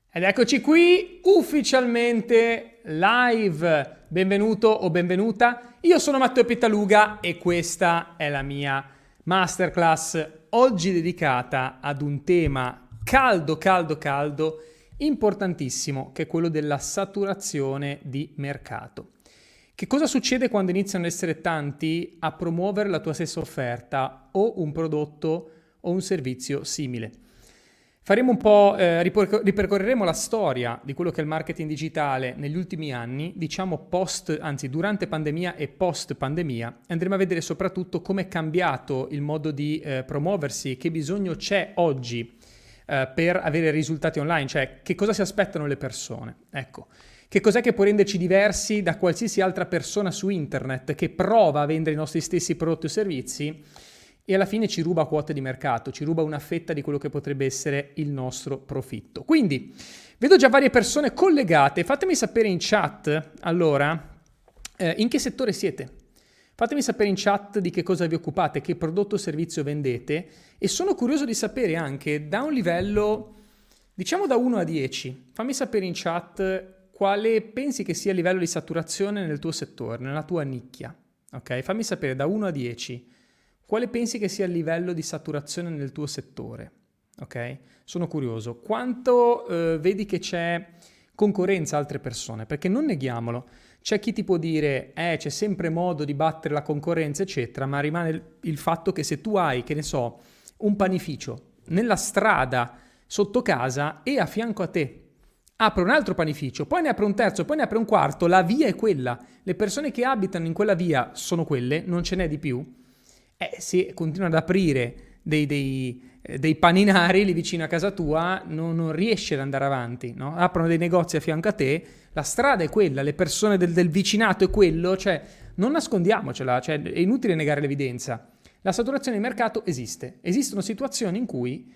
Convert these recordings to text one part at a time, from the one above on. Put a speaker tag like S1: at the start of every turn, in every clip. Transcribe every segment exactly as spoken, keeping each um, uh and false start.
S1: Ed eccoci qui ufficialmente live. Benvenuto o benvenuta. Io sono Matteo Pittaluga e questa è la mia masterclass oggi dedicata ad un tema caldo, caldo, caldo, importantissimo, che è quello della saturazione di mercato. Che cosa succede quando iniziano ad essere tanti a promuovere la tua stessa offerta o un prodotto o un servizio simile? Faremo un po', eh, ripercor- ripercorreremo la storia di quello che è il marketing digitale negli ultimi anni, diciamo post, anzi durante pandemia e post pandemia. Andremo a vedere soprattutto come è cambiato il modo di eh, promuoversi, che bisogno c'è oggi eh, per avere risultati online, cioè che cosa si aspettano le persone. Ecco, che cos'è che può renderci diversi da qualsiasi altra persona su internet che prova a vendere i nostri stessi prodotti o servizi e alla fine ci ruba quote di mercato, ci ruba una fetta di quello che potrebbe essere il nostro profitto. Quindi, vedo già varie persone collegate, fatemi sapere in chat, allora, eh, in che settore siete? Fatemi sapere in chat di che cosa vi occupate, che prodotto o servizio vendete e sono curioso di sapere anche da un livello, diciamo da uno a dieci, fammi sapere in chat quale pensi che sia il livello di saturazione nel tuo settore, nella tua nicchia, ok? Fammi sapere da uno a dieci. Quale pensi che sia il livello di saturazione nel tuo settore? Ok? Sono curioso. Quanto eh, vedi che c'è concorrenza a altre persone? Perché non neghiamolo, c'è chi ti può dire eh, c'è sempre modo di battere la concorrenza, eccetera, ma rimane il, il fatto che se tu hai, che ne so, un panificio nella strada sotto casa e a fianco a te apre un altro panificio, poi ne apre un terzo, poi ne apre un quarto, la via è quella, le persone che abitano in quella via sono quelle, non ce n'è di più. Eh, se continuano ad aprire dei, dei, eh, dei paninari lì vicino a casa tua, non, non riesci ad andare avanti, no? Aprono dei negozi a fianco a te, la strada è quella, le persone del, del vicinato è quello, cioè non nascondiamocela, cioè, è inutile negare l'evidenza. La saturazione di mercato esiste, esistono situazioni in cui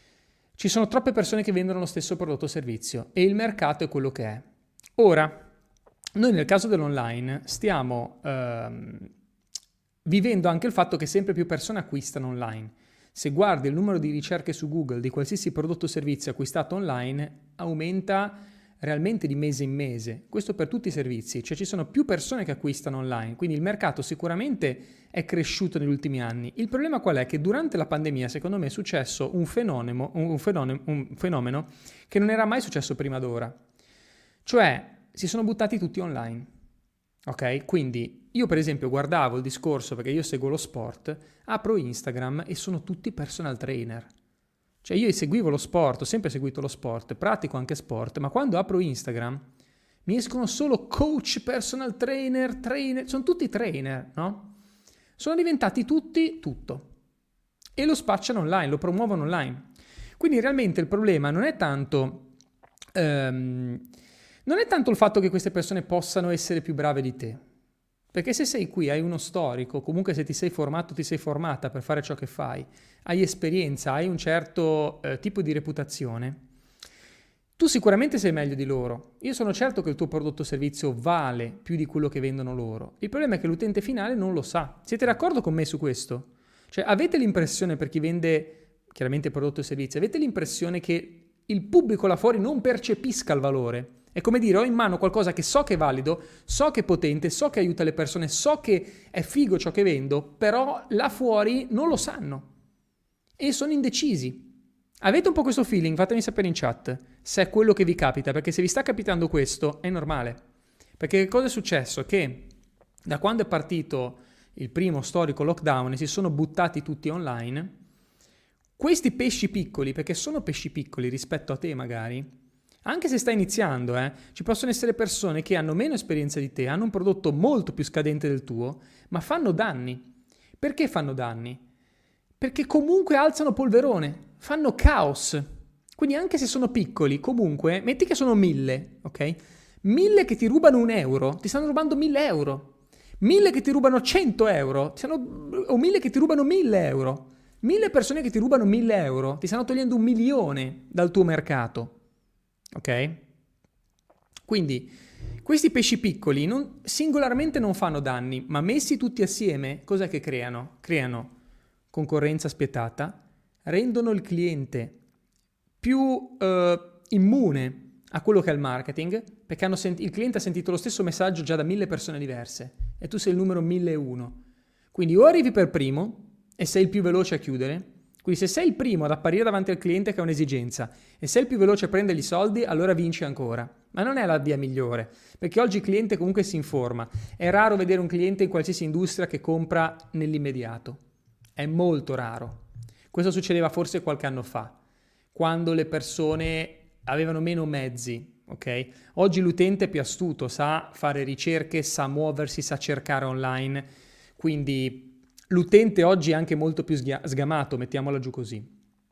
S1: ci sono troppe persone che vendono lo stesso prodotto o servizio e il mercato è quello che è. Ora, noi nel caso dell'online stiamo ehm, vivendo anche il fatto che sempre più persone acquistano online. Se guardi il numero di ricerche su Google di qualsiasi prodotto o servizio acquistato online, aumenta realmente di mese in mese. Questo per tutti i servizi, cioè ci sono più persone che acquistano online, quindi il mercato sicuramente è cresciuto negli ultimi anni. Il problema qual è? Che durante la pandemia, secondo me, è successo un fenomeno, un fenomeno, un fenomeno che non era mai successo prima d'ora. Cioè, si sono buttati tutti online. Ok? Quindi io per esempio guardavo il discorso, perché io seguo lo sport, apro Instagram e sono tutti personal trainer. Cioè io seguivo lo sport, ho sempre seguito lo sport, pratico anche sport, ma quando apro Instagram mi escono solo coach, personal trainer, trainer, sono tutti trainer, no? Sono diventati tutti tutto. E lo spacciano online, lo promuovono online. Quindi realmente il problema non è tanto... ehm, non è tanto il fatto che queste persone possano essere più brave di te, perché se sei qui, hai uno storico, comunque se ti sei formato, ti sei formata per fare ciò che fai, hai esperienza, hai un certo eh, tipo di reputazione, tu sicuramente sei meglio di loro. Io sono certo che il tuo prodotto o servizio vale più di quello che vendono loro. Il problema è che l'utente finale non lo sa. Siete d'accordo con me su questo? Cioè avete l'impressione, per chi vende chiaramente prodotto o servizio, avete l'impressione che il pubblico là fuori non percepisca il valore? È come dire, ho in mano qualcosa che so che è valido, so che è potente, so che aiuta le persone, so che è figo ciò che vendo, però là fuori non lo sanno e sono indecisi. Avete un po' questo feeling? Fatemi sapere in chat se è quello che vi capita, perché se vi sta capitando questo è normale. Perché cosa è successo? Che da quando è partito il primo storico lockdown e si sono buttati tutti online, questi pesci piccoli, perché sono pesci piccoli rispetto a te magari, anche se stai iniziando, eh, ci possono essere persone che hanno meno esperienza di te, hanno un prodotto molto più scadente del tuo, ma fanno danni. Perché fanno danni? Perché comunque alzano polverone, fanno caos. Quindi anche se sono piccoli, comunque, metti che sono mille, ok? Mille che ti rubano un euro, ti stanno rubando mille euro. Mille che ti rubano cento euro, ti stanno, o mille che ti rubano mille euro. Mille persone che ti rubano mille euro, ti stanno togliendo un milione dal tuo mercato. Ok? Quindi questi pesci piccoli non, singolarmente non fanno danni, ma messi tutti assieme, cos'è che creano? Creano concorrenza spietata, rendono il cliente più eh, immune a quello che è il marketing, perché hanno sent- il cliente ha sentito lo stesso messaggio già da mille persone diverse e tu sei il numero mille e uno. Quindi o arrivi per primo e sei il più veloce a chiudere, quindi se sei il primo ad apparire davanti al cliente che ha un'esigenza e sei il più veloce a prendere i soldi, allora vinci ancora. Ma non è la via migliore, perché oggi il cliente comunque si informa. È raro vedere un cliente in qualsiasi industria che compra nell'immediato. È molto raro. Questo succedeva forse qualche anno fa, quando le persone avevano meno mezzi, ok? Oggi l'utente è più astuto, sa fare ricerche, sa muoversi, sa cercare online, quindi l'utente oggi è anche molto più sga- sgamato, mettiamola giù così.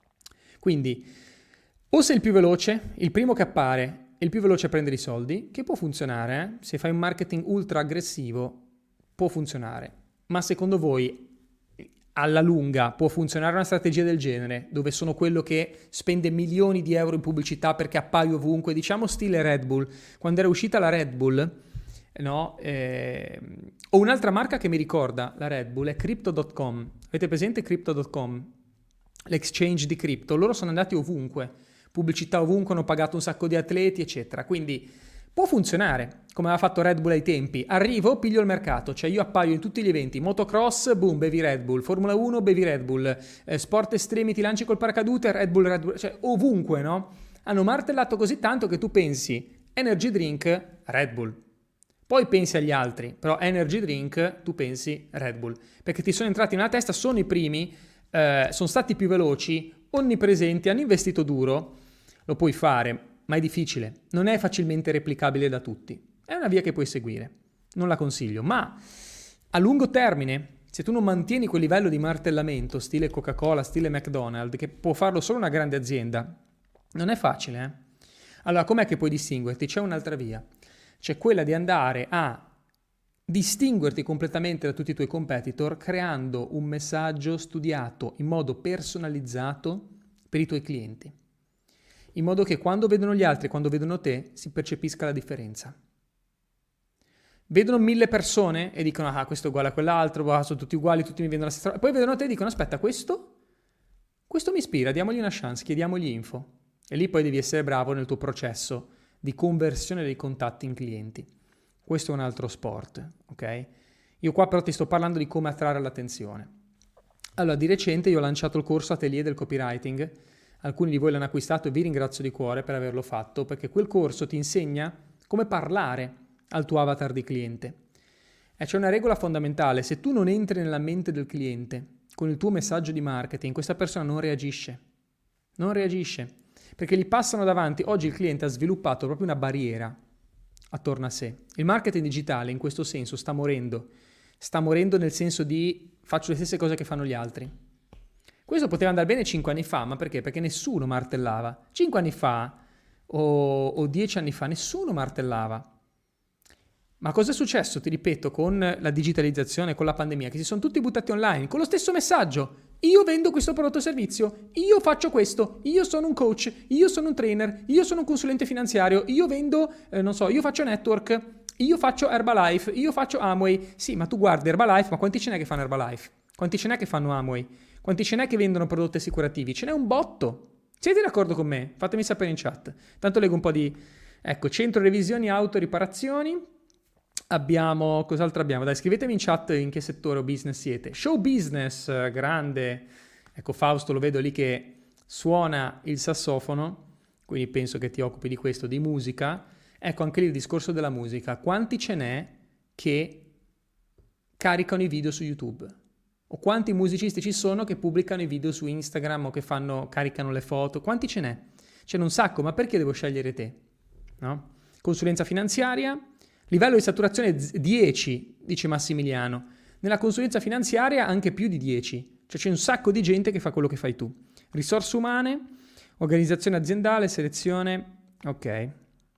S1: Quindi o sei il più veloce, il primo che appare, il più veloce a prendere i soldi, che può funzionare, eh? Se fai un marketing ultra aggressivo può funzionare, ma secondo voi alla lunga può funzionare una strategia del genere, dove sono quello che spende milioni di euro in pubblicità perché appaio ovunque, diciamo stile Red Bull? Quando era uscita la Red Bull, no? Eh, o un'altra marca che mi ricorda la Red Bull è Crypto punto com. Avete presente Crypto punto com? L'exchange di cripto. Loro sono andati ovunque, pubblicità ovunque, hanno pagato un sacco di atleti, eccetera. Quindi può funzionare, come aveva fatto Red Bull ai tempi. Arrivo, piglio il mercato, cioè io appaio in tutti gli eventi. Motocross, boom, bevi Red Bull. Formula uno, bevi Red Bull. Eh, sport estremi, ti lanci col paracadute, Red Bull, Red Bull. Cioè ovunque, no? Hanno martellato così tanto che tu pensi energy drink, Red Bull. Poi pensi agli altri, però energy drink, tu pensi Red Bull. Perché ti sono entrati nella testa, sono i primi, eh, sono stati più veloci, onnipresenti, hanno investito duro. Lo puoi fare, ma è difficile, non è facilmente replicabile da tutti. È una via che puoi seguire, non la consiglio, ma a lungo termine, se tu non mantieni quel livello di martellamento, stile Coca-Cola, stile McDonald's, che può farlo solo una grande azienda, non è facile, eh? Allora, com'è che puoi distinguerti? C'è un'altra via, c'è quella di andare a distinguerti completamente da tutti i tuoi competitor creando un messaggio studiato in modo personalizzato per i tuoi clienti, in modo che quando vedono gli altri, quando vedono te, si percepisca la differenza. Vedono mille persone e dicono ah, questo è uguale a quell'altro, ah, sono tutti uguali, tutti mi vendono la stessa roba. Poi vedono te e dicono aspetta, questo? Questo mi ispira, diamogli una chance, chiediamogli info. E lì poi devi essere bravo nel tuo processo di conversione dei contatti in clienti. Questo è un altro sport, ok? Io qua però ti sto parlando di come attrarre l'attenzione. Allora, di recente io ho lanciato il corso Atelier del Copywriting. Alcuni di voi l'hanno acquistato e vi ringrazio di cuore per averlo fatto, perché quel corso ti insegna come parlare al tuo avatar di cliente. E c'è una regola fondamentale: se tu non entri nella mente del cliente con il tuo messaggio di marketing, questa persona non reagisce. Non reagisce, perché gli passano davanti. Oggi il cliente ha sviluppato proprio una barriera attorno a sé. Il marketing digitale in questo senso sta morendo. Sta morendo nel senso di faccio le stesse cose che fanno gli altri. Questo poteva andare bene cinque anni fa, ma perché? Perché nessuno martellava. cinque anni fa o, o dieci anni fa nessuno martellava. Ma cosa è successo, ti ripeto, con la digitalizzazione, con la pandemia? Che si sono tutti buttati online con lo stesso messaggio. Io vendo questo prodotto o servizio, io faccio questo, io sono un coach, io sono un trainer, io sono un consulente finanziario, io vendo, eh, non so, io faccio network, io faccio Herbalife, io faccio Amway. Sì, ma tu guardi Herbalife, ma quanti ce n'è che fanno Herbalife? Quanti ce n'è che fanno Amway? Quanti ce n'è che vendono prodotti assicurativi? Ce n'è un botto. Siete d'accordo con me? Fatemi sapere in chat. Tanto leggo un po' di... Ecco, centro revisioni, auto, riparazioni. Abbiamo... Cos'altro abbiamo? Dai, scrivetemi in chat in che settore o business siete. Show business, grande. Ecco, Fausto lo vedo lì che suona il sassofono, quindi penso che ti occupi di questo, di musica. Ecco, anche lì il discorso della musica. Quanti ce n'è che caricano i video su YouTube? O quanti musicisti ci sono che pubblicano i video su Instagram o che fanno, caricano le foto? Quanti ce n'è? Ce n'è un sacco, ma perché devo scegliere te? No? Consulenza finanziaria, livello di saturazione dieci, dice Massimiliano. Nella consulenza finanziaria anche più di dieci. Cioè c'è un sacco di gente che fa quello che fai tu. Risorse umane, organizzazione aziendale, selezione, ok.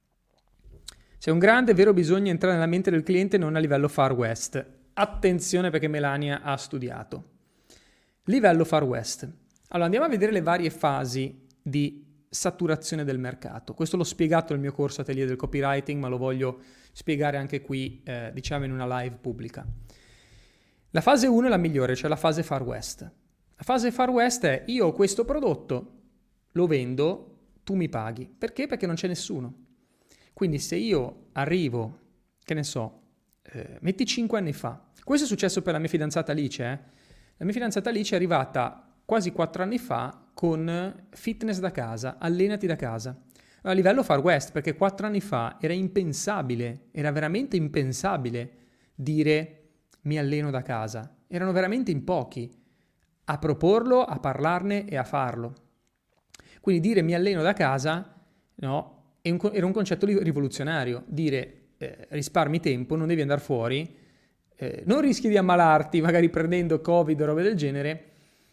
S1: Sei un grande, è vero, bisogna entrare nella mente del cliente non a livello Far West. Attenzione perché Melania ha studiato. Livello Far West. Allora andiamo a vedere le varie fasi di saturazione del mercato. Questo l'ho spiegato nel mio corso Atelier del Copywriting, ma lo voglio spiegare anche qui, eh, diciamo in una live pubblica. La fase uno è la migliore, cioè la fase Far West. La fase Far West è: io ho questo prodotto, lo vendo, tu mi paghi. Perché? Perché non c'è nessuno. Quindi se io arrivo, che ne so, eh, metti cinque anni fa, questo è successo per la mia fidanzata Alice, eh? La mia fidanzata Alice è arrivata quasi quattro anni fa con fitness da casa, allenati da casa. A livello Far West, perché quattro anni fa era impensabile, era veramente impensabile dire mi alleno da casa. Erano veramente in pochi a proporlo, a parlarne e a farlo. Quindi dire mi alleno da casa, no, è un, era un concetto rivoluzionario. Dire eh, risparmi tempo, non devi andare fuori, eh, non rischi di ammalarti magari prendendo Covid o robe del genere.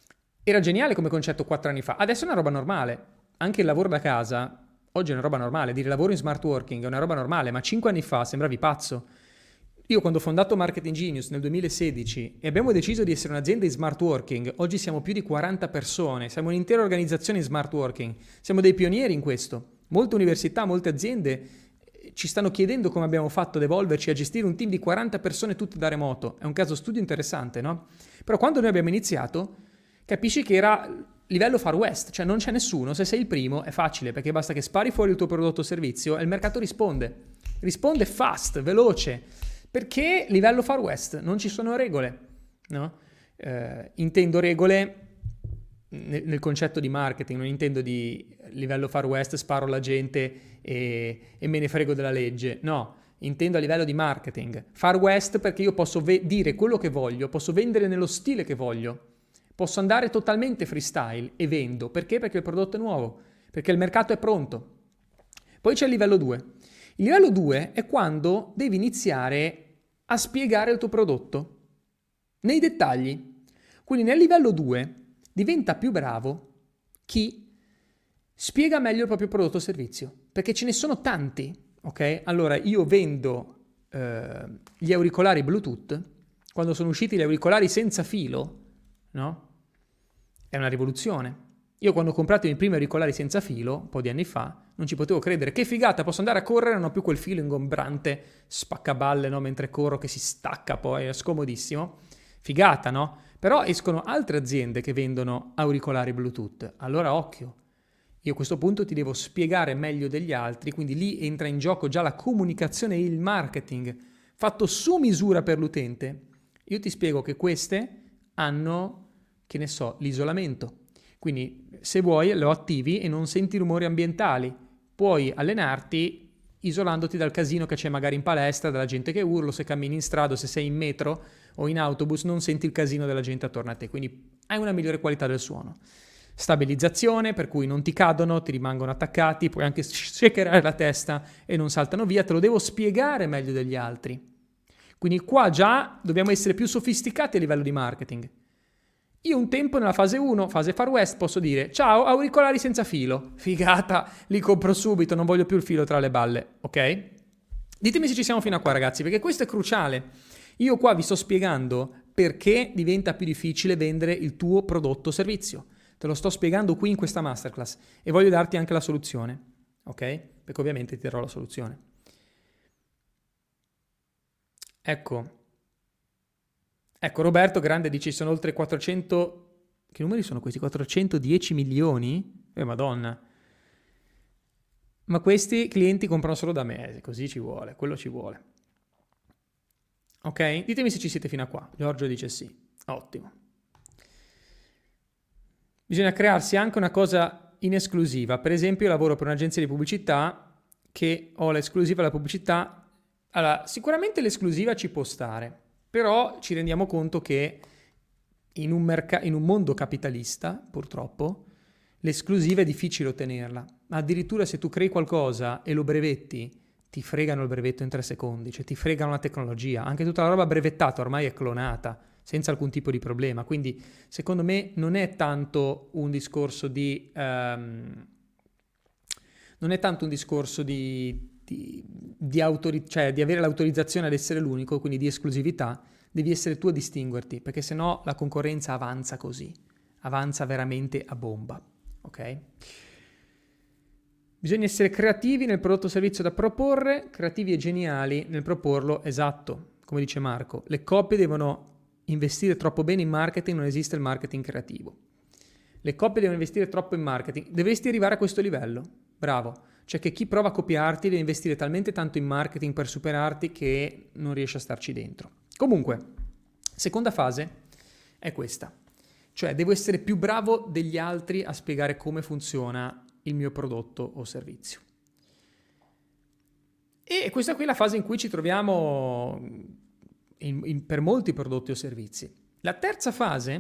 S1: Era geniale come concetto quattro anni fa. Adesso è una roba normale. Anche il lavoro da casa oggi è una roba normale. Dire lavoro in smart working è una roba normale, ma cinque anni fa sembravi pazzo. Io quando ho fondato Marketing Genius nel duemilasedici e abbiamo deciso di essere un'azienda in smart working, oggi siamo più di quaranta persone, siamo un'intera organizzazione in smart working, siamo dei pionieri in questo. Molte università, molte aziende ci stanno chiedendo come abbiamo fatto ad evolverci a gestire un team di quaranta persone tutte da remoto. È un caso studio interessante, no? Però quando noi abbiamo iniziato, capisci che era livello Far West, cioè non c'è nessuno, se sei il primo è facile perché basta che spari fuori il tuo prodotto o servizio e il mercato risponde. Risponde fast, veloce. Perché livello Far West non ci sono regole, no? Eh, intendo regole nel, nel concetto di marketing, non intendo di livello Far West sparo alla gente e, e me ne frego della legge, no, intendo a livello di marketing. Far West perché io posso ve- dire quello che voglio, posso vendere nello stile che voglio, posso andare totalmente freestyle e vendo, perché? Perché il prodotto è nuovo, perché il mercato è pronto. Poi c'è il livello due. Il livello due è quando devi iniziare a spiegare il tuo prodotto nei dettagli. Quindi nel livello due diventa più bravo chi spiega meglio il proprio prodotto o servizio, perché ce ne sono tanti, ok? Allora io vendo eh, gli auricolari Bluetooth, quando sono usciti gli auricolari senza filo, no? È una rivoluzione. Io quando ho comprato i miei primi auricolari senza filo, un po' di anni fa, non ci potevo credere. Che figata, posso andare a correre, non ho più quel filo ingombrante, spaccaballe, no? Mentre corro che si stacca poi, è scomodissimo. Figata, no? Però escono altre aziende che vendono auricolari Bluetooth. Allora occhio, io a questo punto ti devo spiegare meglio degli altri, quindi lì entra in gioco già la comunicazione e il marketing fatto su misura per l'utente. Io ti spiego che queste hanno, che ne so, l'isolamento. Quindi se vuoi lo attivi e non senti rumori ambientali. Puoi allenarti isolandoti dal casino che c'è magari in palestra, dalla gente che urla, se cammini in strada, se sei in metro o in autobus non senti il casino della gente attorno a te, quindi hai una migliore qualità del suono. Stabilizzazione, per cui non ti cadono, ti rimangono attaccati, puoi anche shakerare la testa e non saltano via, te lo devo spiegare meglio degli altri. Quindi qua già dobbiamo essere più sofisticati a livello di marketing. Io un tempo nella fase uno, fase Far West, posso dire ciao, auricolari senza filo, figata, li compro subito, non voglio più il filo tra le balle, ok? Ditemi se ci siamo fino a qua ragazzi, perché questo è cruciale. Io qua vi sto spiegando perché diventa più difficile vendere il tuo prodotto o servizio. Te lo sto spiegando qui in questa masterclass e voglio darti anche la soluzione, ok? Perché ovviamente ti darò la soluzione. Ecco. Ecco, Roberto Grande dice ci sono oltre quattrocento... Che numeri sono questi? quattrocentodieci milioni? Eh, madonna. Ma questi clienti comprano solo da me, così ci vuole, quello ci vuole. Ok? Ditemi se ci siete fino a qua. Giorgio dice sì. Ottimo. Bisogna crearsi anche una cosa in esclusiva. Per esempio, io lavoro per un'agenzia di pubblicità che ho l'esclusiva alla pubblicità. Allora, sicuramente l'esclusiva ci può stare. Però ci rendiamo conto che in un, merc- in un mondo capitalista, purtroppo, l'esclusiva è difficile ottenerla. Addirittura se tu crei qualcosa e lo brevetti, ti fregano il brevetto in tre secondi, cioè ti fregano la tecnologia. Anche tutta la roba brevettata ormai è clonata, senza alcun tipo di problema. Quindi, secondo me, non è tanto un discorso di... Um, non è tanto un discorso di... Di, di, autori- cioè di avere l'autorizzazione ad essere l'unico, quindi di esclusività, devi essere tu a distinguerti, perché sennò la concorrenza avanza così, avanza veramente a bomba, ok? Bisogna essere creativi nel prodotto o servizio da proporre, creativi e geniali nel proporlo, esatto, come dice Marco. Le coppie devono investire troppo bene in marketing, non esiste il marketing creativo. Le coppie devono investire troppo in marketing, dovresti arrivare a questo livello, bravo. cioè che chi prova a copiarti deve investire talmente tanto in marketing per superarti che non riesce a starci dentro. Comunque, seconda fase è questa, cioè devo essere più bravo degli altri a spiegare come funziona il mio prodotto o servizio. E questa qui è la fase in cui ci troviamo in, in, per molti prodotti o servizi. La terza fase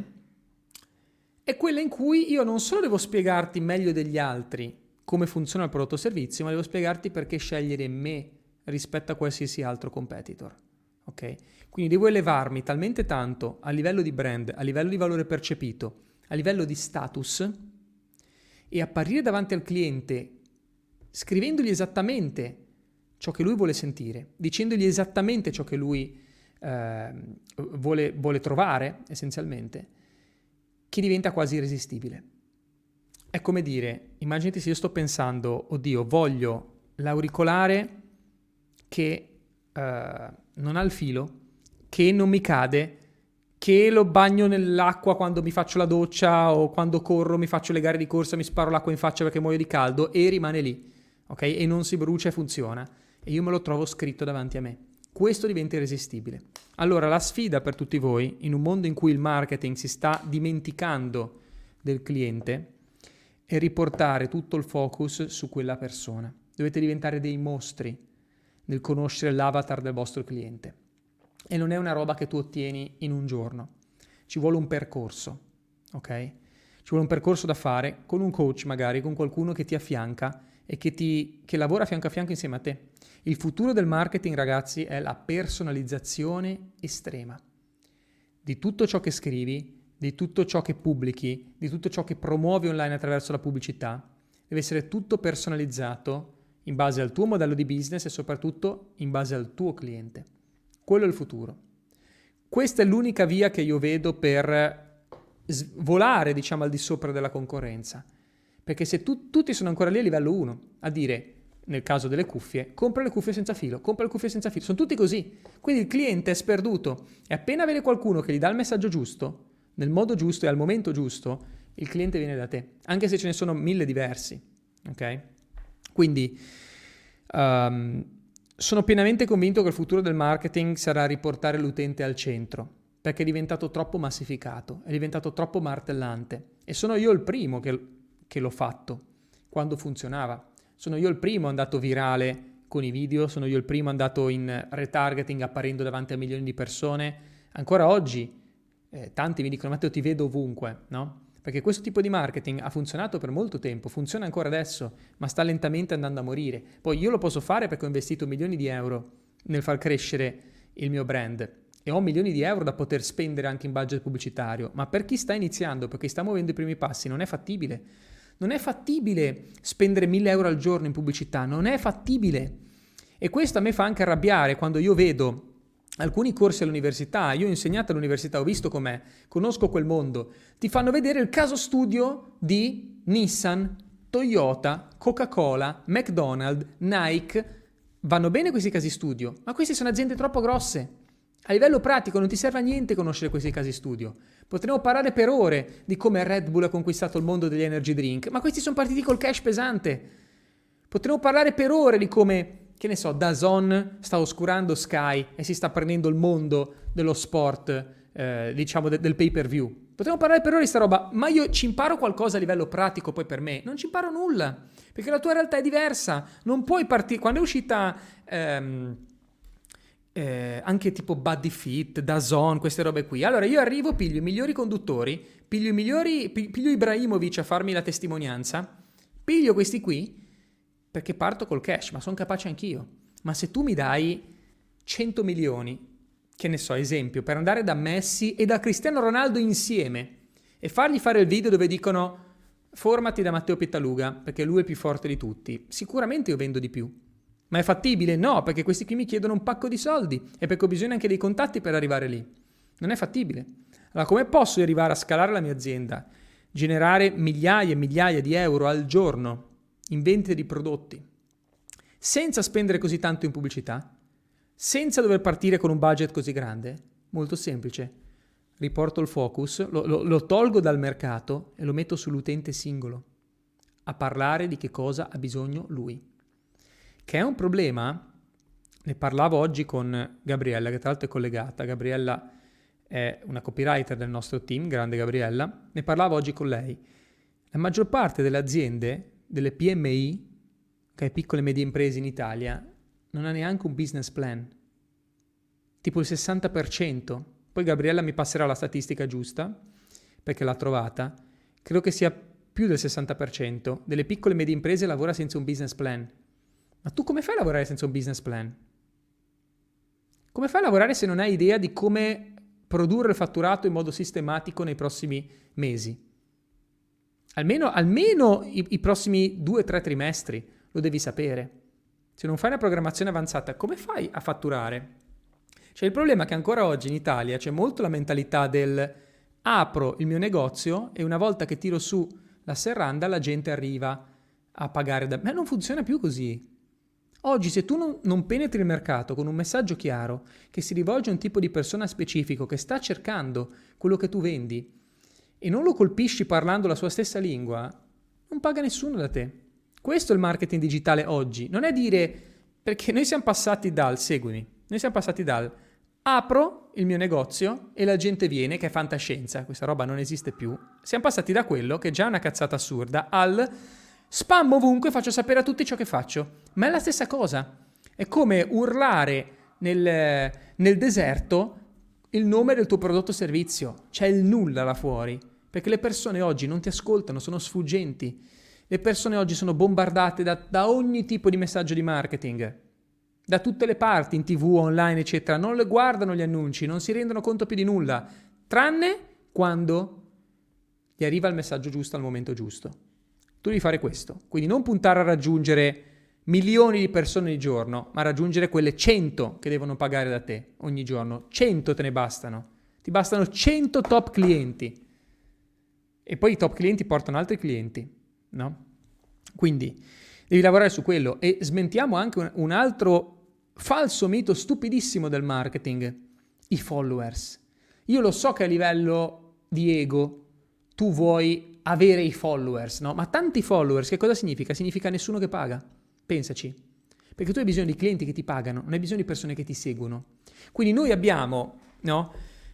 S1: è quella in cui io non solo devo spiegarti meglio degli altri come funziona il prodotto o servizio, ma devo spiegarti perché scegliere me rispetto a qualsiasi altro competitor. Ok? Quindi devo elevarmi talmente tanto a livello di brand, a livello di valore percepito, a livello di status e apparire davanti al cliente scrivendogli esattamente ciò che lui vuole sentire, dicendogli esattamente ciò che lui eh, vuole, vuole trovare essenzialmente, che diventa quasi irresistibile. È come dire, immaginati se io sto pensando, oddio, voglio l'auricolare che eh, non ha il filo, che non mi cade, che lo bagno nell'acqua quando mi faccio la doccia o quando corro, mi faccio le gare di corsa, mi sparo l'acqua in faccia perché muoio di caldo e rimane lì, ok? E non si brucia e funziona. E io me lo trovo scritto davanti a me. Questo diventa irresistibile. Allora la sfida per tutti voi, in un mondo in cui il marketing si sta dimenticando del cliente, è riportare tutto il focus su quella persona. Dovete diventare dei mostri nel conoscere l'avatar del vostro cliente. E non è una roba che tu ottieni in un giorno. Ci vuole un percorso, ok? Ci vuole un percorso da fare con un coach magari, con qualcuno che ti affianca e che, ti, che lavora fianco a fianco insieme a te. Il futuro del marketing, ragazzi, è la personalizzazione estrema. Di tutto ciò che scrivi, di tutto ciò che pubblichi, di tutto ciò che promuovi online attraverso la pubblicità, deve essere tutto personalizzato in base al tuo modello di business e soprattutto in base al tuo cliente. Quello è il futuro. Questa è l'unica via che io vedo per volare, diciamo, al di sopra della concorrenza. Perché se tu, tutti sono ancora lì a livello uno, a dire, nel caso delle cuffie, compra le cuffie senza filo, compra le cuffie senza filo, sono tutti così. Quindi il cliente è sperduto e appena vede qualcuno che gli dà il messaggio giusto, nel modo giusto e al momento giusto, il cliente viene da te, anche se ce ne sono mille diversi, ok? Quindi um, sono pienamente convinto che il futuro del marketing sarà riportare l'utente al centro, perché è diventato troppo massificato, è diventato troppo martellante e sono io il primo che, che l'ho fatto quando funzionava. Sono io il primo andato virale con i video, sono io il primo andato in retargeting apparendo davanti a milioni di persone. Ancora oggi eh, tanti mi dicono Matteo ti vedo ovunque, no? Perché questo tipo di marketing ha funzionato per molto tempo, funziona ancora adesso, ma sta lentamente andando a morire. Poi io lo posso fare perché ho investito milioni di euro nel far crescere il mio brand e ho milioni di euro da poter spendere anche in budget pubblicitario, ma per chi sta iniziando, per chi sta muovendo i primi passi, non è fattibile. Non è fattibile spendere mille euro al giorno in pubblicità, non è fattibile. E questo a me fa anche arrabbiare quando io vedo alcuni corsi all'università, io ho insegnato all'università, ho visto com'è, conosco quel mondo, ti fanno vedere il caso studio di Nissan, Toyota, Coca-Cola, McDonald's, Nike. Vanno bene questi casi studio, ma queste sono aziende troppo grosse. A livello pratico non ti serve a niente conoscere questi casi studio. Potremmo parlare per ore di come Red Bull ha conquistato il mondo degli energy drink, ma questi sono partiti col cash pesante. Potremmo parlare per ore di come, che ne so, DAZN sta oscurando Sky e si sta prendendo il mondo dello sport, eh, diciamo de- del pay per view. Potremmo parlare per ore di sta roba, ma io ci imparo qualcosa a livello pratico poi per me? Non ci imparo nulla, perché la tua realtà è diversa. Non puoi partire... Quando è uscita... Ehm, Eh, anche tipo Buddy Fit, DAZN, queste robe qui. Allora io arrivo, piglio i migliori conduttori, piglio i migliori, piglio Ibrahimovic a farmi la testimonianza, piglio questi qui perché parto col cash, ma sono capace anch'io. Ma se tu mi dai cento milioni, che ne so, esempio, per andare da Messi e da Cristiano Ronaldo insieme e fargli fare il video dove dicono formati da Matteo Pittaluga perché lui è il più forte di tutti, sicuramente io vendo di più. Ma è fattibile? No, perché questi qui mi chiedono un pacco di soldi e perché ho bisogno anche dei contatti per arrivare lì. Non è fattibile. Allora, come posso arrivare a scalare la mia azienda, generare migliaia e migliaia di euro al giorno in vendita di prodotti, senza spendere così tanto in pubblicità, senza dover partire con un budget così grande? Molto semplice. Riporto il focus, lo, lo, lo tolgo dal mercato e lo metto sull'utente singolo, a parlare di che cosa ha bisogno lui. che è un problema. Ne parlavo oggi con Gabriella, che tra l'altro è collegata. Gabriella è una copywriter del nostro team, grande Gabriella. Ne parlavo oggi con lei. La maggior parte delle aziende, delle P M I, che piccole e medie imprese in Italia, non ha neanche un business plan. Tipo il sessanta per cento. Poi Gabriella mi passerà la statistica giusta, perché l'ha trovata. Credo che sia più del sessanta per cento delle piccole e medie imprese lavora senza un business plan. Ma tu come fai a lavorare senza un business plan? Come fai a lavorare se non hai idea di come produrre il fatturato in modo sistematico nei prossimi mesi? Almeno, almeno i, i prossimi due o tre trimestri lo devi sapere. Se non fai una programmazione avanzata, come fai a fatturare? Cioè il problema è che ancora oggi in Italia c'è molto la mentalità del apro il mio negozio e una volta che tiro su la serranda la gente arriva a pagare da me. Non funziona più così. Oggi se tu non, non penetri il mercato con un messaggio chiaro che si rivolge a un tipo di persona specifico che sta cercando quello che tu vendi e non lo colpisci parlando la sua stessa lingua, non paga nessuno da te. Questo è il marketing digitale oggi. Non è dire, perché noi siamo passati dal, seguimi, noi siamo passati dal apro il mio negozio e la gente viene, che è fantascienza, questa roba non esiste più. Siamo passati da quello, che è già una cazzata assurda, al spam ovunque, faccio sapere a tutti ciò che faccio. Ma è la stessa cosa. È come urlare nel, nel deserto il nome del tuo prodotto o servizio. C'è il nulla là fuori. Perché le persone oggi non ti ascoltano, sono sfuggenti. Le persone oggi sono bombardate da, da ogni tipo di messaggio di marketing. Da tutte le parti, in tv, online, eccetera. Non le guardano gli annunci, non si rendono conto più di nulla. Tranne quando gli arriva il messaggio giusto al momento giusto. Tu devi fare questo. Quindi non puntare a raggiungere milioni di persone al giorno, ma raggiungere quelle cento che devono pagare da te ogni giorno. cento te ne bastano. Ti bastano cento top clienti. E poi i top clienti portano altri clienti, no? Quindi devi lavorare su quello. E smentiamo anche un, un altro falso mito stupidissimo del marketing. I followers. Io lo so che a livello di ego tu vuoi avere i followers, no? Ma tanti followers, che cosa significa? Significa nessuno che paga. Pensaci. Perché tu hai bisogno di clienti che ti pagano, non hai bisogno di persone che ti seguono. Quindi noi abbiamo, no,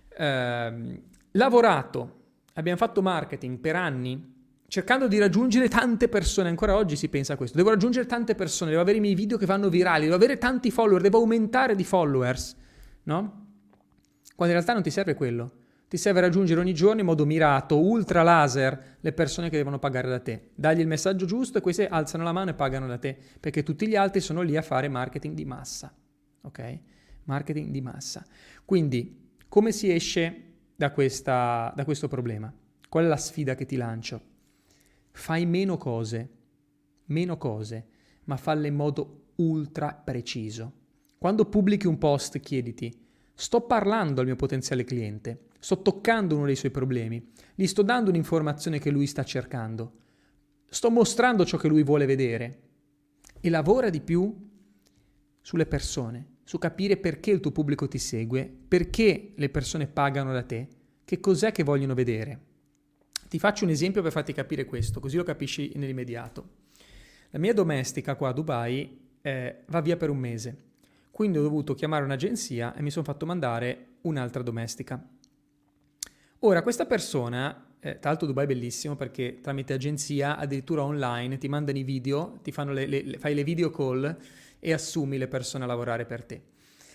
S1: ehm, lavorato, abbiamo fatto marketing per anni cercando di raggiungere tante persone. Ancora oggi si pensa a questo. Devo raggiungere tante persone, devo avere i miei video che vanno virali, devo avere tanti follower, devo aumentare di followers, no? Quando in realtà non ti serve quello. Ti serve raggiungere ogni giorno in modo mirato, ultra laser, le persone che devono pagare da te. Dagli il messaggio giusto e queste alzano la mano e pagano da te, perché tutti gli altri sono lì a fare marketing di massa. Ok? Marketing di massa. Quindi, come si esce da, questa, da questo problema? Qual è la sfida che ti lancio? Fai meno cose, meno cose, ma falle in modo ultra preciso. Quando pubblichi un post, chiediti: sto parlando al mio potenziale cliente, sto toccando uno dei suoi problemi, gli sto dando un'informazione che lui sta cercando, sto mostrando ciò che lui vuole vedere. E lavora di più sulle persone, su capire perché il tuo pubblico ti segue, perché le persone pagano da te, che cos'è che vogliono vedere. Ti faccio un esempio per farti capire questo, così lo capisci nell'immediato. La mia domestica qua a Dubai eh, va via per un mese. Quindi ho dovuto chiamare un'agenzia e mi sono fatto mandare un'altra domestica. Ora, questa persona, eh, tra l'altro Dubai è bellissimo perché tramite agenzia, addirittura online, ti mandano i video, ti fanno le, le, fai le video call e assumi le persone a lavorare per te.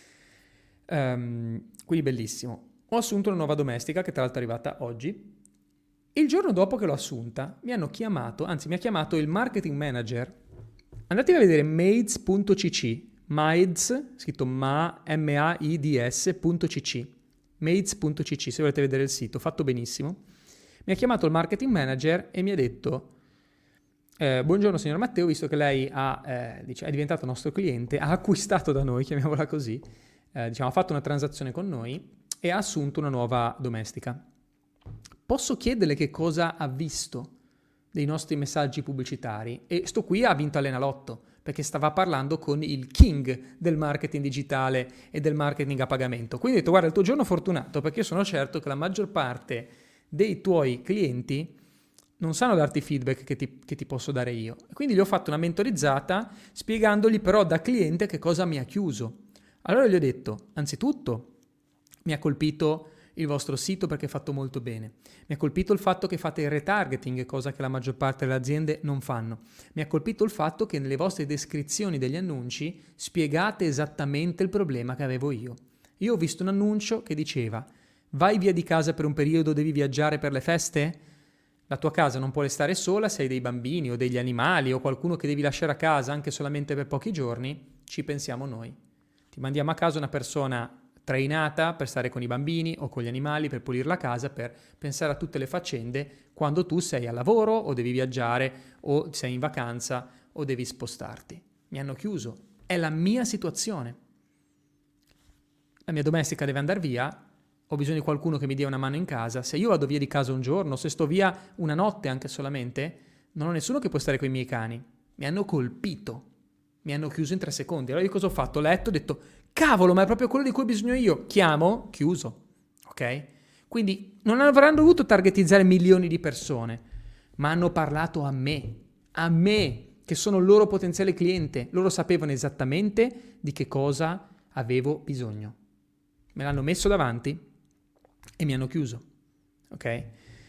S1: Um, quindi bellissimo. Ho assunto una nuova domestica che tra l'altro è arrivata oggi. Il giorno dopo che l'ho assunta mi hanno chiamato, anzi mi ha chiamato il marketing manager. Andatevi a vedere maids punto c c. Maids, scritto ma, M A I D S punto C C, maids punto C C, se volete vedere il sito, fatto benissimo. Mi ha chiamato il marketing manager e mi ha detto eh, buongiorno signor Matteo, visto che lei ha, eh, dice, è diventato nostro cliente, ha acquistato da noi, chiamiamola così, eh, diciamo ha fatto una transazione con noi e ha assunto una nuova domestica. Posso chiederle che cosa ha visto dei nostri messaggi pubblicitari? E sto qui ha vinto all'Enalotto, perché stava parlando con il king del marketing digitale e del marketing a pagamento. Quindi ho detto, guarda, il tuo giorno fortunato, perché io sono certo che la maggior parte dei tuoi clienti non sanno darti feedback che ti, che ti posso dare io. Quindi gli ho fatto una mentorizzata spiegandogli però da cliente che cosa mi ha chiuso. Allora gli ho detto, anzitutto, mi ha colpito il vostro sito perché è fatto molto bene. Mi ha colpito il fatto che fate il retargeting, cosa che la maggior parte delle aziende non fanno. Mi ha colpito il fatto che nelle vostre descrizioni degli annunci spiegate esattamente il problema che avevo io. Io ho visto un annuncio che diceva: vai via di casa per un periodo, devi viaggiare per le feste? La tua casa non può restare sola se hai dei bambini o degli animali o qualcuno che devi lasciare a casa anche solamente per pochi giorni, ci pensiamo noi. Ti mandiamo a casa una persona trainata per stare con i bambini o con gli animali, per pulire la casa, per pensare a tutte le faccende quando tu sei al lavoro o devi viaggiare o sei in vacanza o devi spostarti. Mi hanno chiuso. È la mia situazione. La mia domestica deve andare via, ho bisogno di qualcuno che mi dia una mano in casa. Se io vado via di casa un giorno, se sto via una notte anche solamente, non ho nessuno che può stare con i miei cani. Mi hanno colpito. Mi hanno chiuso in tre secondi. Allora io cosa ho fatto? Ho letto, ho detto, cavolo, ma è proprio quello di cui ho bisogno io. Chiamo, chiuso. Ok? Quindi non avranno dovuto targetizzare milioni di persone, ma hanno parlato a me. A me, che sono il loro potenziale cliente. Loro sapevano esattamente di che cosa avevo bisogno. Me l'hanno messo davanti e mi hanno chiuso. Ok?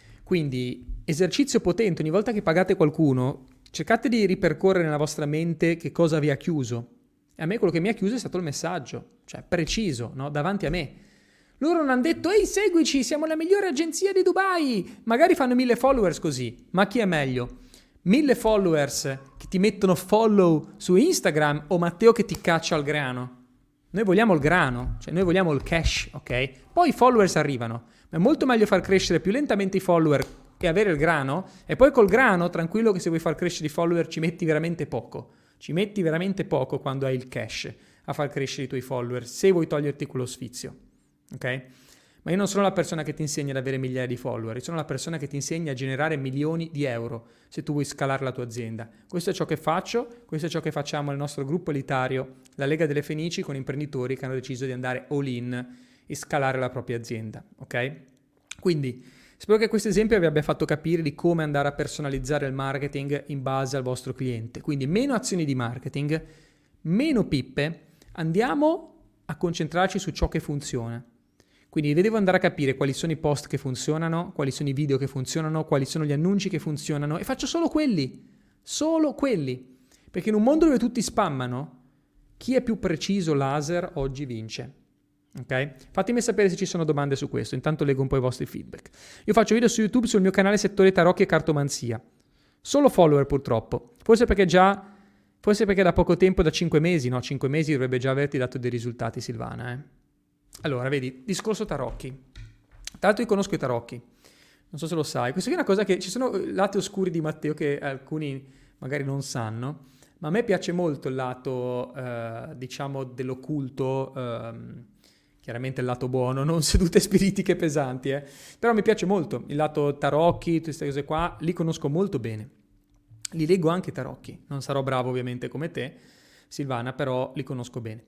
S1: Quindi, esercizio potente. Ogni volta che pagate qualcuno, cercate di ripercorrere nella vostra mente che cosa vi ha chiuso. E a me quello che mi ha chiuso è stato il messaggio, cioè preciso, no? Davanti a me. Loro non hanno detto, ehi, seguici, siamo la migliore agenzia di Dubai. Magari fanno mille followers così, ma chi è meglio? Mille followers che ti mettono follow su Instagram o Matteo che ti caccia al grano? Noi vogliamo il grano, cioè noi vogliamo il cash, ok? Poi i followers arrivano, ma è molto meglio far crescere più lentamente i follower e avere il grano, e poi col grano, tranquillo che se vuoi far crescere i follower ci metti veramente poco. Ci metti veramente poco quando hai il cash a far crescere i tuoi follower, se vuoi toglierti quello sfizio, ok? Ma io non sono la persona che ti insegna ad avere migliaia di follower, io sono la persona che ti insegna a generare milioni di euro se tu vuoi scalare la tua azienda. Questo è ciò che faccio, questo è ciò che facciamo nel nostro gruppo elitario, la Lega delle Fenici, con imprenditori che hanno deciso di andare all in e scalare la propria azienda, ok? Quindi spero che questo esempio vi abbia fatto capire di come andare a personalizzare il marketing in base al vostro cliente. Quindi meno azioni di marketing, meno pippe, andiamo a concentrarci su ciò che funziona. Quindi devo andare a capire quali sono i post che funzionano, quali sono i video che funzionano, quali sono gli annunci che funzionano, e faccio solo quelli, solo quelli. Perché in un mondo dove tutti spammano, chi è più preciso laser oggi vince. Ok? Fatemi sapere se ci sono domande su questo, intanto leggo un po' i vostri feedback. Io faccio video su YouTube sul mio canale settore tarocchi e cartomanzia. Solo follower purtroppo, forse perché già, forse perché da poco tempo, da cinque mesi, no, cinque mesi dovrebbe già averti dato dei risultati, Silvana, eh. Allora, vedi, discorso tarocchi. Tra l'altro io conosco i tarocchi, non so se lo sai. Questa è una cosa che ci sono lati oscuri di Matteo che alcuni magari non sanno, ma a me piace molto il lato, eh, diciamo, dell'occulto, ehm, chiaramente il lato buono, non sedute spiritiche pesanti, eh. Però mi piace molto il lato tarocchi, tutte queste cose qua, li conosco molto bene. Li leggo anche i tarocchi, non sarò bravo ovviamente come te, Silvana, però li conosco bene.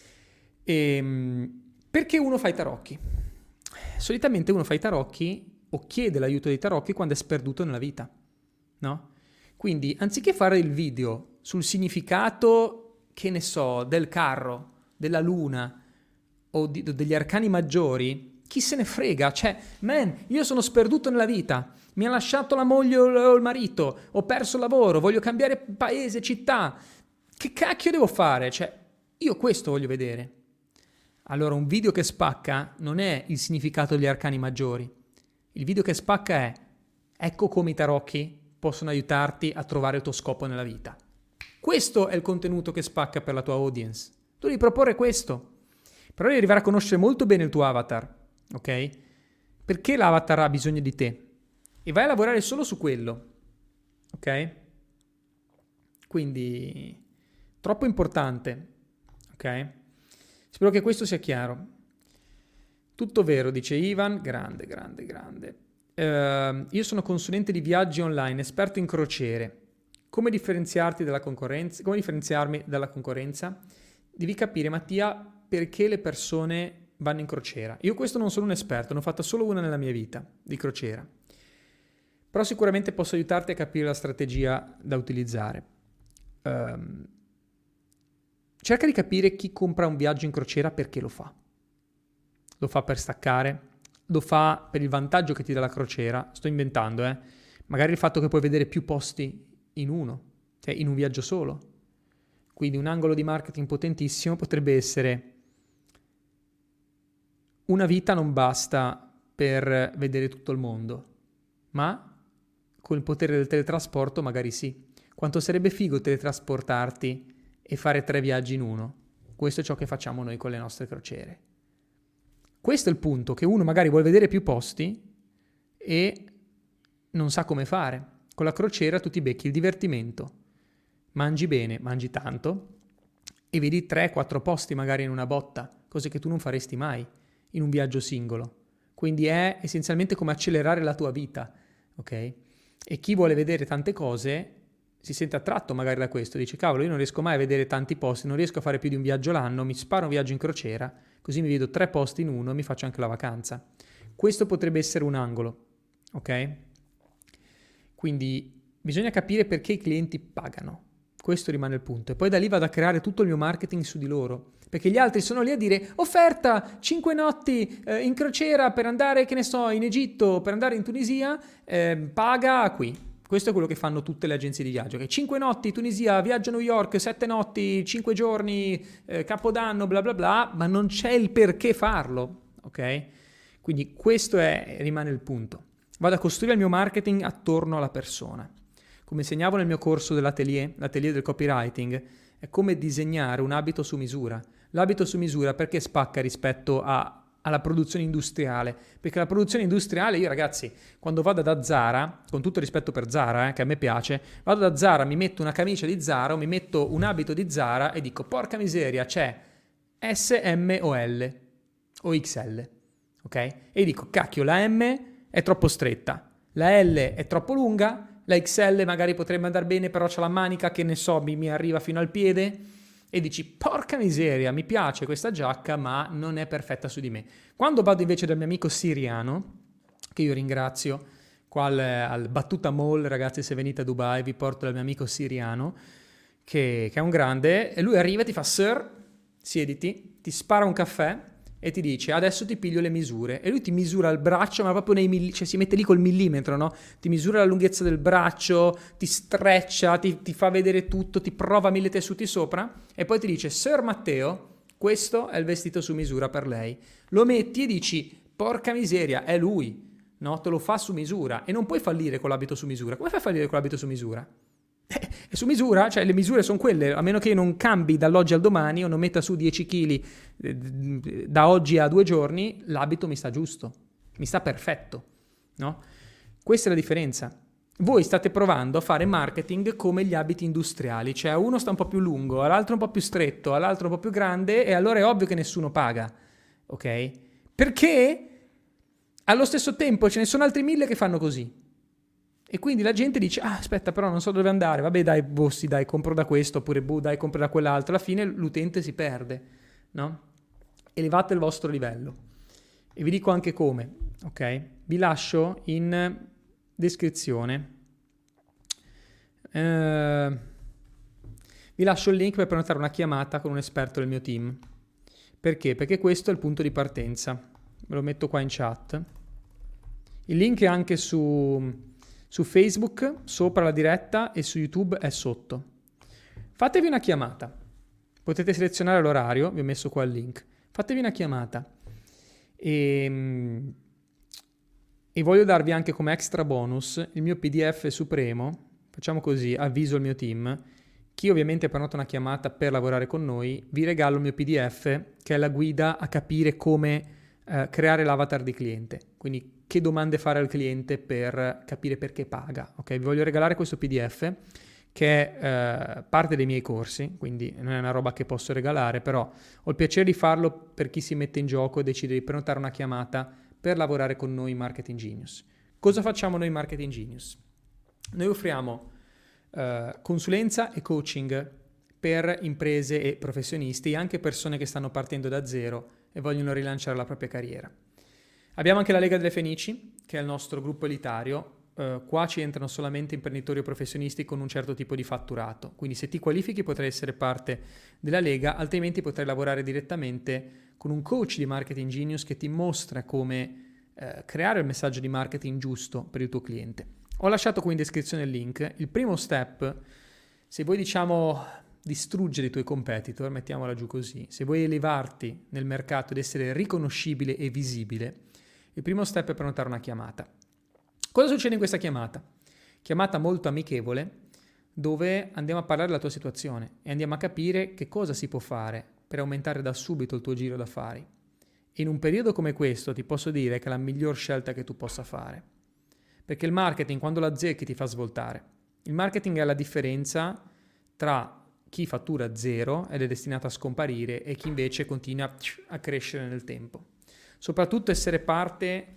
S1: E... perché uno fa i tarocchi? Solitamente uno fa i tarocchi o chiede l'aiuto dei tarocchi quando è sperduto nella vita, no? Quindi, anziché fare il video sul significato, che ne so, del carro, della luna o di, degli arcani maggiori, chi se ne frega? Cioè, man, io sono sperduto nella vita, mi ha lasciato la moglie o il marito, ho perso il lavoro, voglio cambiare paese, città. Che cacchio devo fare? Cioè, io questo voglio vedere. Allora un video che spacca non è il significato degli arcani maggiori. Il video che spacca è: ecco come i tarocchi possono aiutarti a trovare il tuo scopo nella vita. Questo è il contenuto che spacca per la tua audience. Tu devi proporre questo. Però devi arrivare a conoscere molto bene il tuo avatar, ok? Perché l'avatar ha bisogno di te? E vai a lavorare solo su quello, ok? Quindi, troppo importante, ok? Spero che questo sia chiaro. Tutto vero, dice Ivan. Grande, grande, grande. Uh, io sono consulente di viaggi online, esperto in crociere. Come differenziarti dalla concorrenza? Come differenziarmi dalla concorrenza? Devi capire, Mattia, perché le persone vanno in crociera. Io questo non sono un esperto, ne ho fatta solo una nella mia vita di crociera. però sicuramente posso aiutarti a capire la strategia da utilizzare. Um, cerca di capire chi compra un viaggio in crociera perché lo fa. Lo fa per staccare, lo fa per il vantaggio che ti dà la crociera, sto inventando, eh. Magari il fatto che puoi vedere più posti in uno, cioè in un viaggio solo. Quindi un angolo di marketing potentissimo potrebbe essere: una vita non basta per vedere tutto il mondo, ma con il potere del teletrasporto magari sì. Quanto sarebbe figo teletrasportarti e fare tre viaggi in uno? Questo è ciò che facciamo noi con le nostre crociere. Questo è il punto, che uno magari vuole vedere più posti e non sa come fare. Con la crociera tu ti becchi il divertimento, mangi bene, mangi tanto e vedi tre quattro posti magari in una botta, cose che tu non faresti mai in un viaggio singolo. Quindi è essenzialmente come accelerare la tua vita, ok? E chi vuole vedere tante cose si sente attratto magari da questo, dice: cavolo, io non riesco mai a vedere tanti posti, non riesco a fare più di un viaggio l'anno, mi sparo un viaggio in crociera, così mi vedo tre posti in uno e mi faccio anche la vacanza. Questo potrebbe essere un angolo, ok? Quindi bisogna capire perché i clienti pagano. Questo rimane il punto. E poi da lì vado a creare tutto il mio marketing su di loro. Perché gli altri sono lì a dire: offerta cinque notti eh, in crociera per andare, che ne so, in Egitto, per andare in Tunisia, eh, paga qui. Questo è quello che fanno tutte le agenzie di viaggio. Che cinque notti Tunisia, viaggio a New York, sette notti, cinque giorni, eh, Capodanno, bla bla bla, ma non c'è il perché farlo, ok? Quindi questo è, rimane il punto. Vado a costruire il mio marketing attorno alla persona. Come insegnavo nel mio corso dell'atelier, l'atelier del copywriting, è come disegnare un abito su misura. L'abito su misura perché spacca rispetto a, alla produzione industriale? Perché la produzione industriale, io ragazzi, quando vado da Zara, con tutto rispetto per Zara, eh, che a me piace, vado da Zara, mi metto una camicia di Zara o mi metto un abito di Zara e dico: porca miseria, c'è S, M o L o X L, ok? E dico: cacchio, la M è troppo stretta, la L è troppo lunga, la X L magari potrebbe andare bene, però c'è la manica che ne so, mi, mi arriva fino al piede, e dici: porca miseria, mi piace questa giacca, ma non è perfetta su di me. Quando vado invece dal mio amico siriano, che io ringrazio, qua al, al Battuta Mall, ragazzi, se venite a Dubai vi porto dal mio amico siriano, che, che è un grande, e lui arriva e ti fa: sir, siediti, ti spara un caffè e ti dice: adesso ti piglio le misure. E lui ti misura il braccio, ma proprio nei milli- cioè si mette lì col millimetro, no? Ti misura la lunghezza del braccio, ti streccia, ti, ti fa vedere tutto, ti prova mille tessuti sopra e poi ti dice: Sir Matteo, questo è il vestito su misura per lei. Lo metti e dici: porca miseria, è lui, no? Te lo fa su misura e non puoi fallire con l'abito su misura. Come fai a fallire con l'abito su misura? È su misura, cioè le misure sono quelle, a meno che io non cambi dall'oggi al domani o non metta su dieci chili da oggi a due giorni, l'abito mi sta giusto, mi sta perfetto, no? Questa è la differenza. Voi state provando a fare marketing come gli abiti industriali, cioè uno sta un po' più lungo, all'altro un po' più stretto, all'altro un po' più grande, e allora è ovvio che nessuno paga, ok? Perché allo stesso tempo ce ne sono altri mille che fanno così. E quindi la gente dice: ah, aspetta, però non so dove andare, vabbè dai, boh, sì, dai, compro da questo, oppure boh, dai, compro da quell'altro. Alla fine l'utente si perde, no? Elevate il vostro livello. E vi dico anche come, ok? Vi lascio in descrizione, eh, vi lascio il link per prenotare una chiamata con un esperto del mio team. Perché? Perché questo è il punto di partenza. Ve lo metto qua in chat. Il link è anche su... su Facebook, sopra la diretta, e su YouTube è sotto. Fatevi una chiamata. Potete selezionare l'orario, vi ho messo qua il link. Fatevi una chiamata. E, e voglio darvi anche come extra bonus il mio P D F supremo. Facciamo così, avviso il mio team. Chi ovviamente prenota una chiamata per lavorare con noi, vi regalo il mio P D F, che è la guida a capire come eh, creare l'avatar di cliente. Quindi che domande fare al cliente per capire perché paga, ok? Vi voglio regalare questo P D F che è eh, parte dei miei corsi, quindi non è una roba che posso regalare, però ho il piacere di farlo per chi si mette in gioco e decide di prenotare una chiamata per lavorare con noi in Marketing Genius. Cosa facciamo noi in Marketing Genius? Noi offriamo eh, consulenza e coaching per imprese e professionisti, anche persone che stanno partendo da zero e vogliono rilanciare la propria carriera. Abbiamo anche la Lega delle Fenici, che è il nostro gruppo elitario, uh, qua ci entrano solamente imprenditori o professionisti con un certo tipo di fatturato, quindi se ti qualifichi potrai essere parte della lega, altrimenti potrai lavorare direttamente con un coach di Marketing Genius che ti mostra come uh, creare il messaggio di marketing giusto per il tuo cliente. Ho lasciato qui in descrizione il link. Il primo step, se vuoi diciamo distruggere i tuoi competitor, mettiamola giù così, se vuoi elevarti nel mercato ed essere riconoscibile e visibile, il primo step è prenotare una chiamata. Cosa succede in questa chiamata? Chiamata molto amichevole, dove andiamo a parlare della tua situazione e andiamo a capire che cosa si può fare per aumentare da subito il tuo giro d'affari. E in un periodo come questo ti posso dire che è la miglior scelta che tu possa fare, perché il marketing, quando lo azzecchi, ti fa svoltare. Il marketing è la differenza tra chi fattura zero ed è destinato a scomparire e chi invece continua a crescere nel tempo. Soprattutto essere parte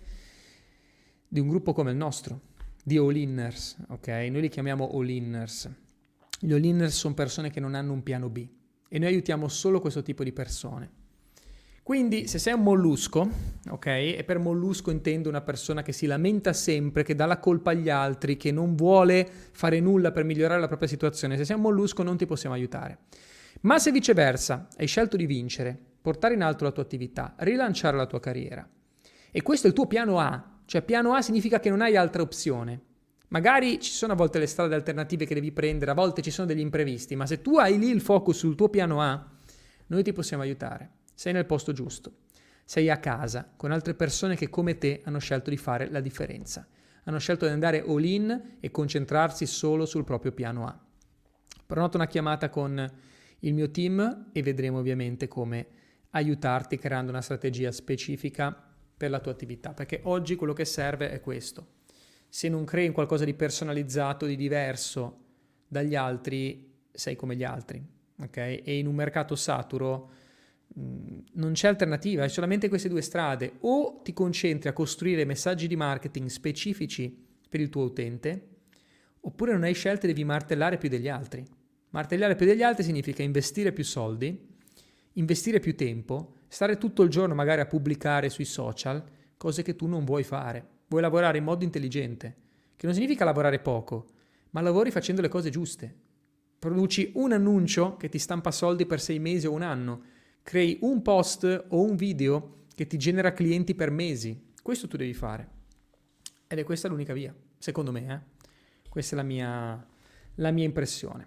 S1: di un gruppo come il nostro, di all-inners, ok? Noi li chiamiamo all-inners. Gli all-inners sono persone che non hanno un piano B e noi aiutiamo solo questo tipo di persone. Quindi se sei un mollusco, ok? E per mollusco intendo una persona che si lamenta sempre, che dà la colpa agli altri, che non vuole fare nulla per migliorare la propria situazione, se sei un mollusco non ti possiamo aiutare. Ma se viceversa hai scelto di vincere, portare in alto la tua attività, rilanciare la tua carriera, e questo è il tuo piano A, cioè piano A significa che non hai altra opzione. Magari ci sono a volte le strade alternative che devi prendere, a volte ci sono degli imprevisti, ma se tu hai lì il focus sul tuo piano A, noi ti possiamo aiutare. Sei nel posto giusto. Sei a casa con altre persone che come te hanno scelto di fare la differenza. Hanno scelto di andare all in e concentrarsi solo sul proprio piano A. Prenota una chiamata con il mio team e vedremo ovviamente come aiutarti creando una strategia specifica per la tua attività, perché oggi quello che serve è questo. Se non crei qualcosa di personalizzato, di diverso dagli altri, sei come gli altri, ok? E in un mercato saturo mh, non c'è alternativa, hai solamente queste due strade: o ti concentri a costruire messaggi di marketing specifici per il tuo utente, oppure non hai scelte, devi martellare più degli altri. Martellare più degli altri significa investire più soldi, investire più tempo, stare tutto il giorno magari a pubblicare sui social, cose che tu non vuoi fare. Vuoi lavorare in modo intelligente, che non significa lavorare poco, ma lavori facendo le cose giuste. Produci un annuncio che ti stampa soldi per sei mesi o un anno, crei un post o un video che ti genera clienti per mesi. Questo tu devi fare. Ed è questa l'unica via, secondo me. Eh? Questa è la mia, la mia impressione.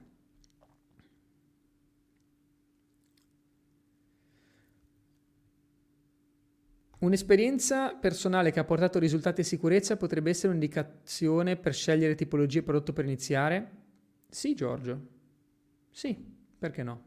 S1: Un'esperienza personale che ha portato risultati e sicurezza potrebbe essere un'indicazione per scegliere tipologie di prodotto per iniziare? Sì, Giorgio. Sì, perché no?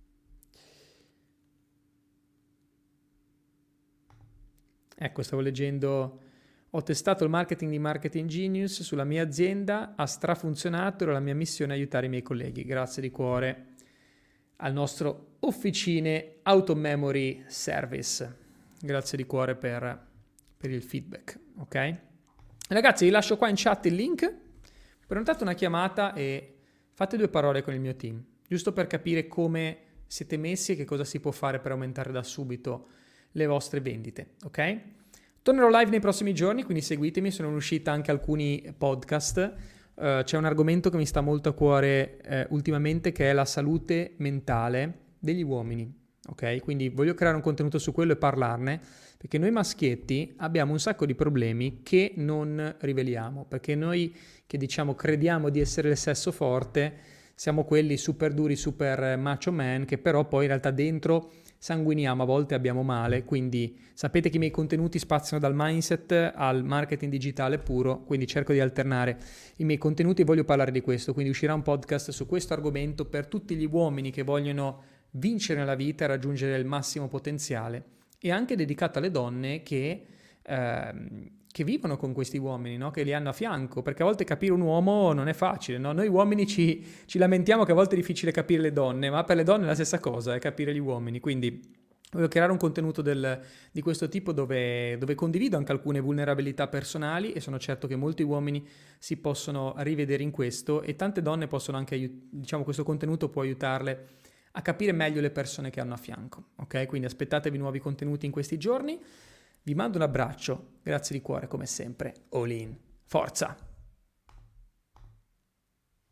S1: Ecco, stavo leggendo: ho testato il marketing di Marketing Genius sulla mia azienda, ha strafunzionato, era la mia missione aiutare i miei colleghi. Grazie di cuore al nostro Officine Auto Memory Service. Grazie di cuore per, per il feedback, ok? Ragazzi, vi lascio qua in chat il link. Prenotate una chiamata e fate due parole con il mio team, giusto per capire come siete messi e che cosa si può fare per aumentare da subito le vostre vendite, ok? Tornerò live nei prossimi giorni, quindi seguitemi, sono in uscita anche alcuni podcast. Uh, c'è un argomento che mi sta molto a cuore eh, ultimamente, che è la salute mentale degli uomini. Ok, quindi voglio creare un contenuto su quello e parlarne, perché noi maschietti abbiamo un sacco di problemi che non riveliamo, perché noi che diciamo crediamo di essere il sesso forte siamo quelli super duri, super macho man, che però poi in realtà dentro sanguiniamo, a volte abbiamo male. Quindi sapete che i miei contenuti spaziano dal mindset al marketing digitale puro, quindi cerco di alternare i miei contenuti e voglio parlare di questo, quindi uscirà un podcast su questo argomento per tutti gli uomini che vogliono vincere nella vita e raggiungere il massimo potenziale, e anche dedicato alle donne che, ehm, che vivono con questi uomini, no? Che li hanno a fianco, perché a volte capire un uomo non è facile, no? Noi uomini ci, ci lamentiamo che a volte è difficile capire le donne, ma per le donne è la stessa cosa, è capire gli uomini. Quindi voglio creare un contenuto del, di questo tipo dove, dove condivido anche alcune vulnerabilità personali, e sono certo che molti uomini si possono rivedere in questo, e tante donne possono anche, diciamo, questo contenuto può aiutarle a capire meglio le persone che hanno a fianco, ok? Quindi aspettatevi nuovi contenuti in questi giorni. Vi mando un abbraccio, grazie di cuore come sempre, all in, forza!